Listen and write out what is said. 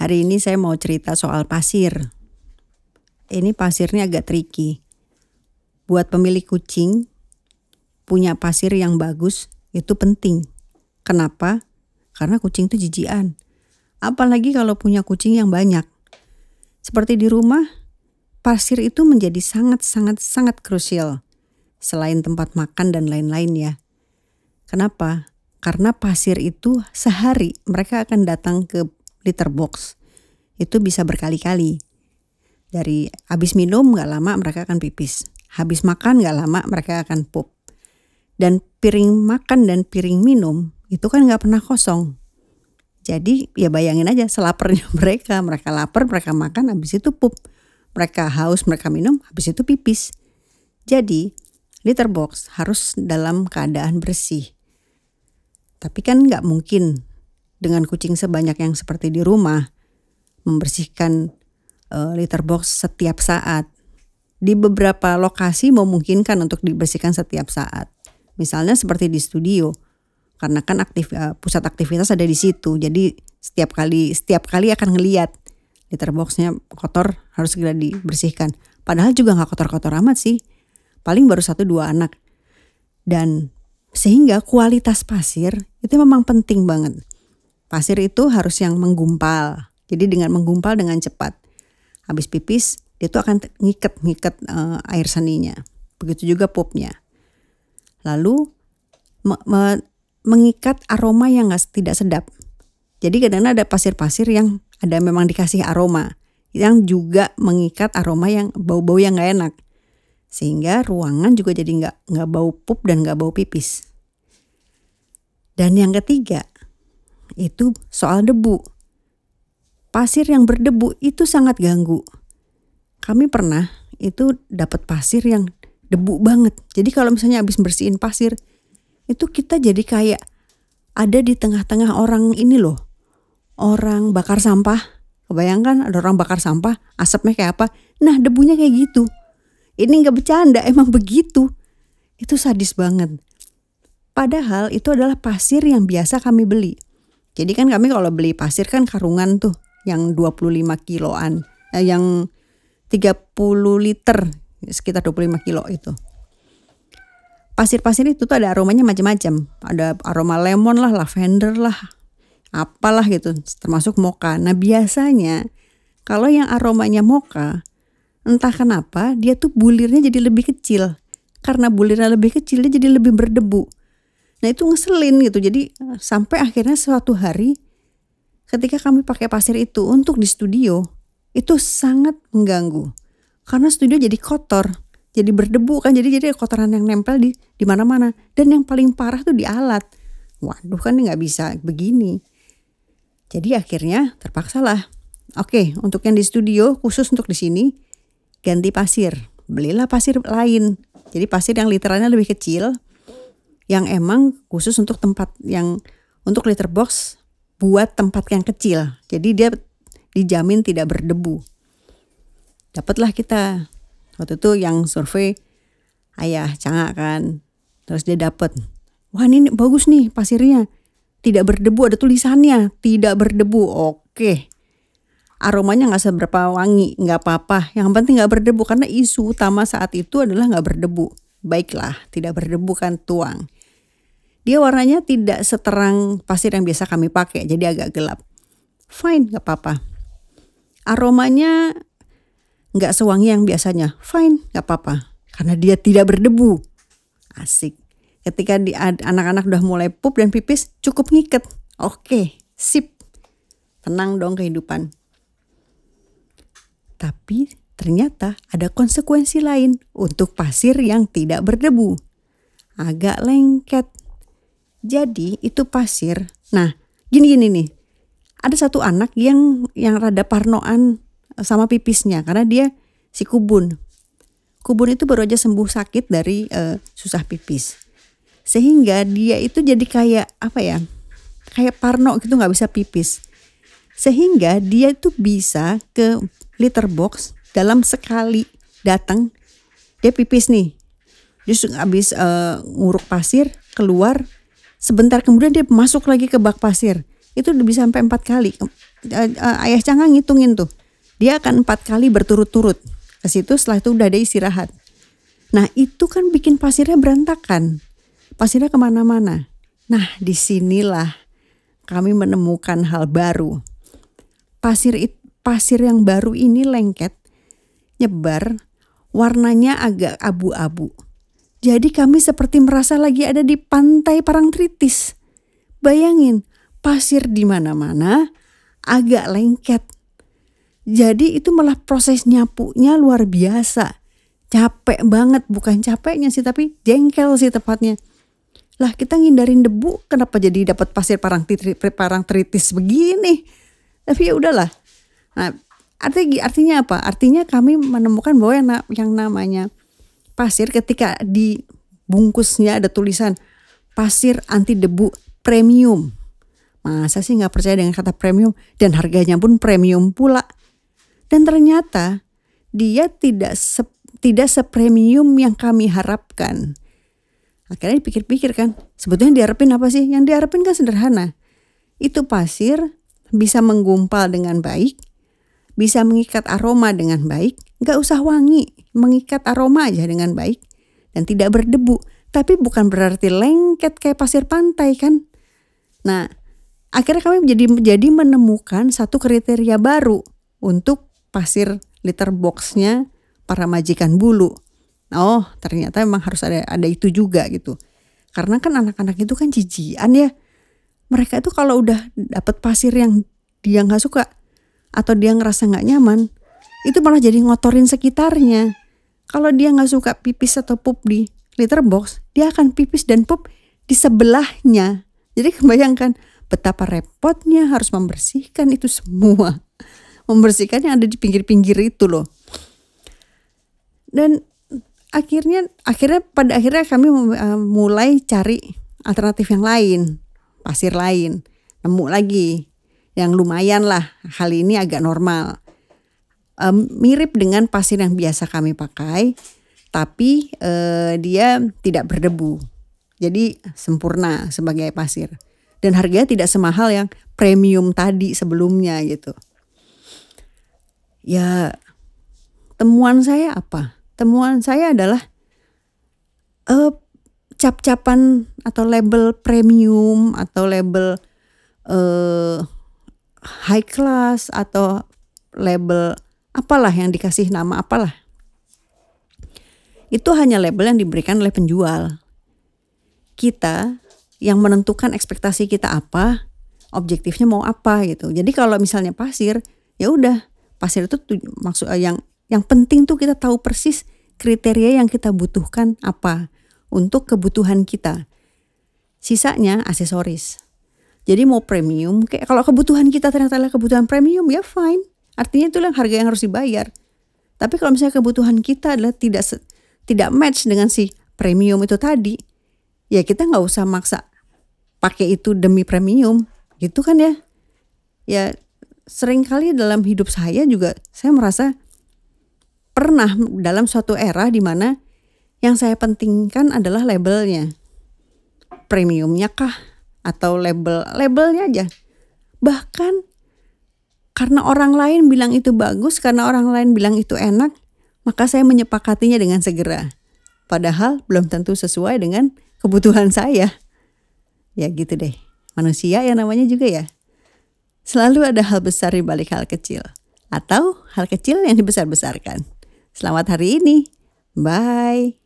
Hari ini saya mau cerita soal pasir. Ini pasirnya agak tricky. Buat pemilik kucing, punya pasir yang bagus itu penting. Kenapa? Karena kucing itu jijian. Apalagi kalau punya kucing yang banyak. Seperti di rumah, pasir itu menjadi sangat krusial. Selain tempat makan dan lain-lain ya. Kenapa? Karena pasir itu sehari mereka akan datang ke litter box. Itu bisa berkali-kali. Dari habis minum gak lama mereka akan pipis. Habis makan gak lama mereka akan pup. Dan piring makan dan piring minum itu kan gak pernah kosong. Jadi ya bayangin aja selaparnya mereka. Mereka lapar, mereka makan, habis itu pup. Mereka haus, mereka minum, habis itu pipis. Jadi litter box harus dalam keadaan bersih. Tapi kan gak mungkin dengan kucing sebanyak yang seperti di rumah membersihkan litter box setiap saat. Di beberapa lokasi memungkinkan untuk dibersihkan setiap saat. Misalnya seperti di studio. Karena kan pusat aktivitas ada di situ. Jadi setiap kali akan ngelihat litter boxnya kotor, harus segera dibersihkan. Padahal juga gak kotor-kotor amat sih. Paling baru 1-2 anak. Dan sehingga kualitas pasir itu memang penting banget. Pasir itu harus yang menggumpal. Jadi dengan menggumpal dengan cepat. Habis pipis dia tuh akan ngiket air seninya. Begitu juga pupnya. Lalu mengikat aroma yang tidak sedap. Jadi kadang-kadang ada pasir-pasir yang ada memang dikasih aroma. Yang juga mengikat aroma yang bau-bau yang gak enak. Sehingga ruangan juga jadi gak bau pup dan gak bau pipis. Dan yang ketiga itu soal debu. Pasir yang berdebu itu sangat ganggu. Kami pernah itu dapat pasir yang debu banget. Jadi kalau misalnya habis bersihin pasir, itu kita jadi kayak ada di tengah-tengah orang ini loh. Orang bakar sampah. Kebayangkan ada orang bakar sampah, asapnya kayak apa. Nah debunya kayak gitu. Ini gak bercanda, emang begitu. Itu sadis banget. Padahal itu adalah pasir yang biasa kami beli. Jadi kan kami kalau beli pasir kan karungan tuh yang 25 kiloan. Yang 30 liter, sekitar 25 kilo itu. Pasir-pasir itu tuh ada aromanya macam-macam. Ada aroma lemon lah, lavender lah, apalah gitu, termasuk mocha. Nah biasanya kalau yang aromanya mocha, entah kenapa dia tuh bulirnya jadi lebih kecil. Karena bulirnya lebih kecil dia jadi lebih berdebu. Nah itu ngeselin gitu. Jadi sampai akhirnya suatu hari ketika kami pakai pasir itu untuk di studio, itu sangat mengganggu. Karena studio jadi kotor, jadi berdebu kan, jadi kotoran yang nempel di mana-mana. Dan yang paling parah tuh di alat. Waduh kan nggak bisa begini. Jadi akhirnya terpaksalah. Oke, untuk yang di studio khusus untuk di sini ganti pasir. Belilah pasir lain. Jadi pasir yang literannya lebih kecil. Yang emang khusus untuk tempat yang untuk litter box buat tempat yang kecil. Jadi dia dijamin tidak berdebu. Dapatlah kita. Waktu itu yang survei ayah Canga kan. Terus dia dapat. Wah ini bagus nih pasirnya. Tidak berdebu, ada tulisannya. Tidak berdebu. Oke. Aromanya gak seberapa wangi. Gak apa-apa. Yang penting gak berdebu. Karena isu utama saat itu adalah gak berdebu. Baiklah, tidak berdebu kan tuang. Dia warnanya tidak seterang pasir yang biasa kami pakai, jadi agak gelap. Fine, gak apa-apa. Aromanya gak sewangi yang biasanya. Fine, gak apa-apa. Karena dia tidak berdebu. Asik. Ketika anak-anak udah mulai pup dan pipis, cukup ngiket. Oke, sip. Tenang dong kehidupan. Tapi ternyata ada konsekuensi lain untuk pasir yang tidak berdebu. Agak lengket. Jadi itu pasir. Nah gini nih. Ada satu anak yang rada parnoan sama pipisnya. Karena dia si Kubun. Kubun itu baru aja sembuh sakit dari susah pipis. Sehingga dia itu jadi kayak apa ya. Kayak parno gitu gak bisa pipis. Sehingga dia itu bisa ke litter box. Dalam sekali datang dia pipis nih. Terus habis nguruk pasir keluar. Sebentar kemudian dia masuk lagi ke bak pasir. Itu udah bisa sampai 4 kali. Ayah Cangga ngitungin tuh. Dia akan 4 kali berturut-turut ke situ, setelah itu udah ada istirahat. Nah itu kan bikin pasirnya berantakan. Pasirnya kemana-mana. Nah disinilah kami menemukan hal baru. Pasir yang baru ini lengket, nyebar, warnanya agak abu-abu. Jadi kami seperti merasa lagi ada di pantai Parangtritis. Bayangin, pasir di mana-mana, agak lengket. Jadi itu malah proses nyapunya luar biasa. Capek banget, bukan capeknya sih tapi jengkel sih tepatnya. Lah kita ngindarin debu, kenapa jadi dapat pasir Parangtritis begini? Tapi ya udahlah. Nah, artinya apa? Artinya kami menemukan bahwa yang namanya pasir ketika di bungkusnya ada tulisan pasir anti debu premium. Masa sih nggak percaya dengan kata premium, dan harganya pun premium pula. Dan ternyata dia tidak sepremium yang kami harapkan. Akhirnya dipikir-pikir kan, sebetulnya diharapin apa sih? Yang diharapin kan sederhana. Itu pasir bisa menggumpal dengan baik, bisa mengikat aroma dengan baik, nggak usah wangi, mengikat aroma aja dengan baik, dan tidak berdebu. Tapi bukan berarti lengket kayak pasir pantai kan. Nah, akhirnya kami jadi menemukan satu kriteria baru untuk pasir liter boxnya para majikan bulu. Oh, ternyata memang harus ada itu juga gitu. Karena kan anak-anak itu kan jijian ya. Mereka itu kalau udah dapat pasir yang dia nggak suka atau dia ngerasa nggak nyaman, itu malah jadi ngotorin sekitarnya. Kalau dia nggak suka pipis atau pup di litter box, dia akan pipis dan pup di sebelahnya. Jadi kebayangkan betapa repotnya harus membersihkan itu semua. Membersihkan yang ada di pinggir-pinggir itu loh. Dan pada akhirnya kami mulai cari alternatif yang lain, pasir lain. Nemu lagi yang lumayan lah, hal ini agak normal. Mirip dengan pasir yang biasa kami pakai, tapi dia tidak berdebu. Jadi sempurna sebagai pasir. Dan harganya tidak semahal yang premium tadi sebelumnya gitu. Ya, temuan saya apa? Temuan saya adalah cap-capan atau label premium atau label high class atau label apalah yang dikasih nama apalah. Itu hanya label yang diberikan oleh penjual. Kita yang menentukan ekspektasi kita apa, objektifnya mau apa gitu. Jadi kalau misalnya pasir, ya udah. Pasir itu maksud yang penting tuh kita tahu persis kriteria yang kita butuhkan apa untuk kebutuhan kita. Sisanya aksesoris. Jadi mau premium, kayak kalau kebutuhan kita ternyata adalah kebutuhan premium, ya fine. Artinya itu harga yang harus dibayar. Tapi kalau misalnya kebutuhan kita adalah tidak match dengan si premium itu tadi, ya kita nggak usah maksa pakai itu demi premium, gitu kan ya? Ya seringkali dalam hidup saya juga saya merasa pernah dalam suatu era di mana yang saya pentingkan adalah labelnya, premiumnya kah atau labelnya aja. Bahkan karena orang lain bilang itu bagus, karena orang lain bilang itu enak, maka saya menyepakatinya dengan segera. Padahal belum tentu sesuai dengan kebutuhan saya. Ya gitu deh, manusia ya namanya juga ya. Selalu ada hal besar di balik hal kecil. Atau hal kecil yang dibesar-besarkan. Selamat hari ini. Bye.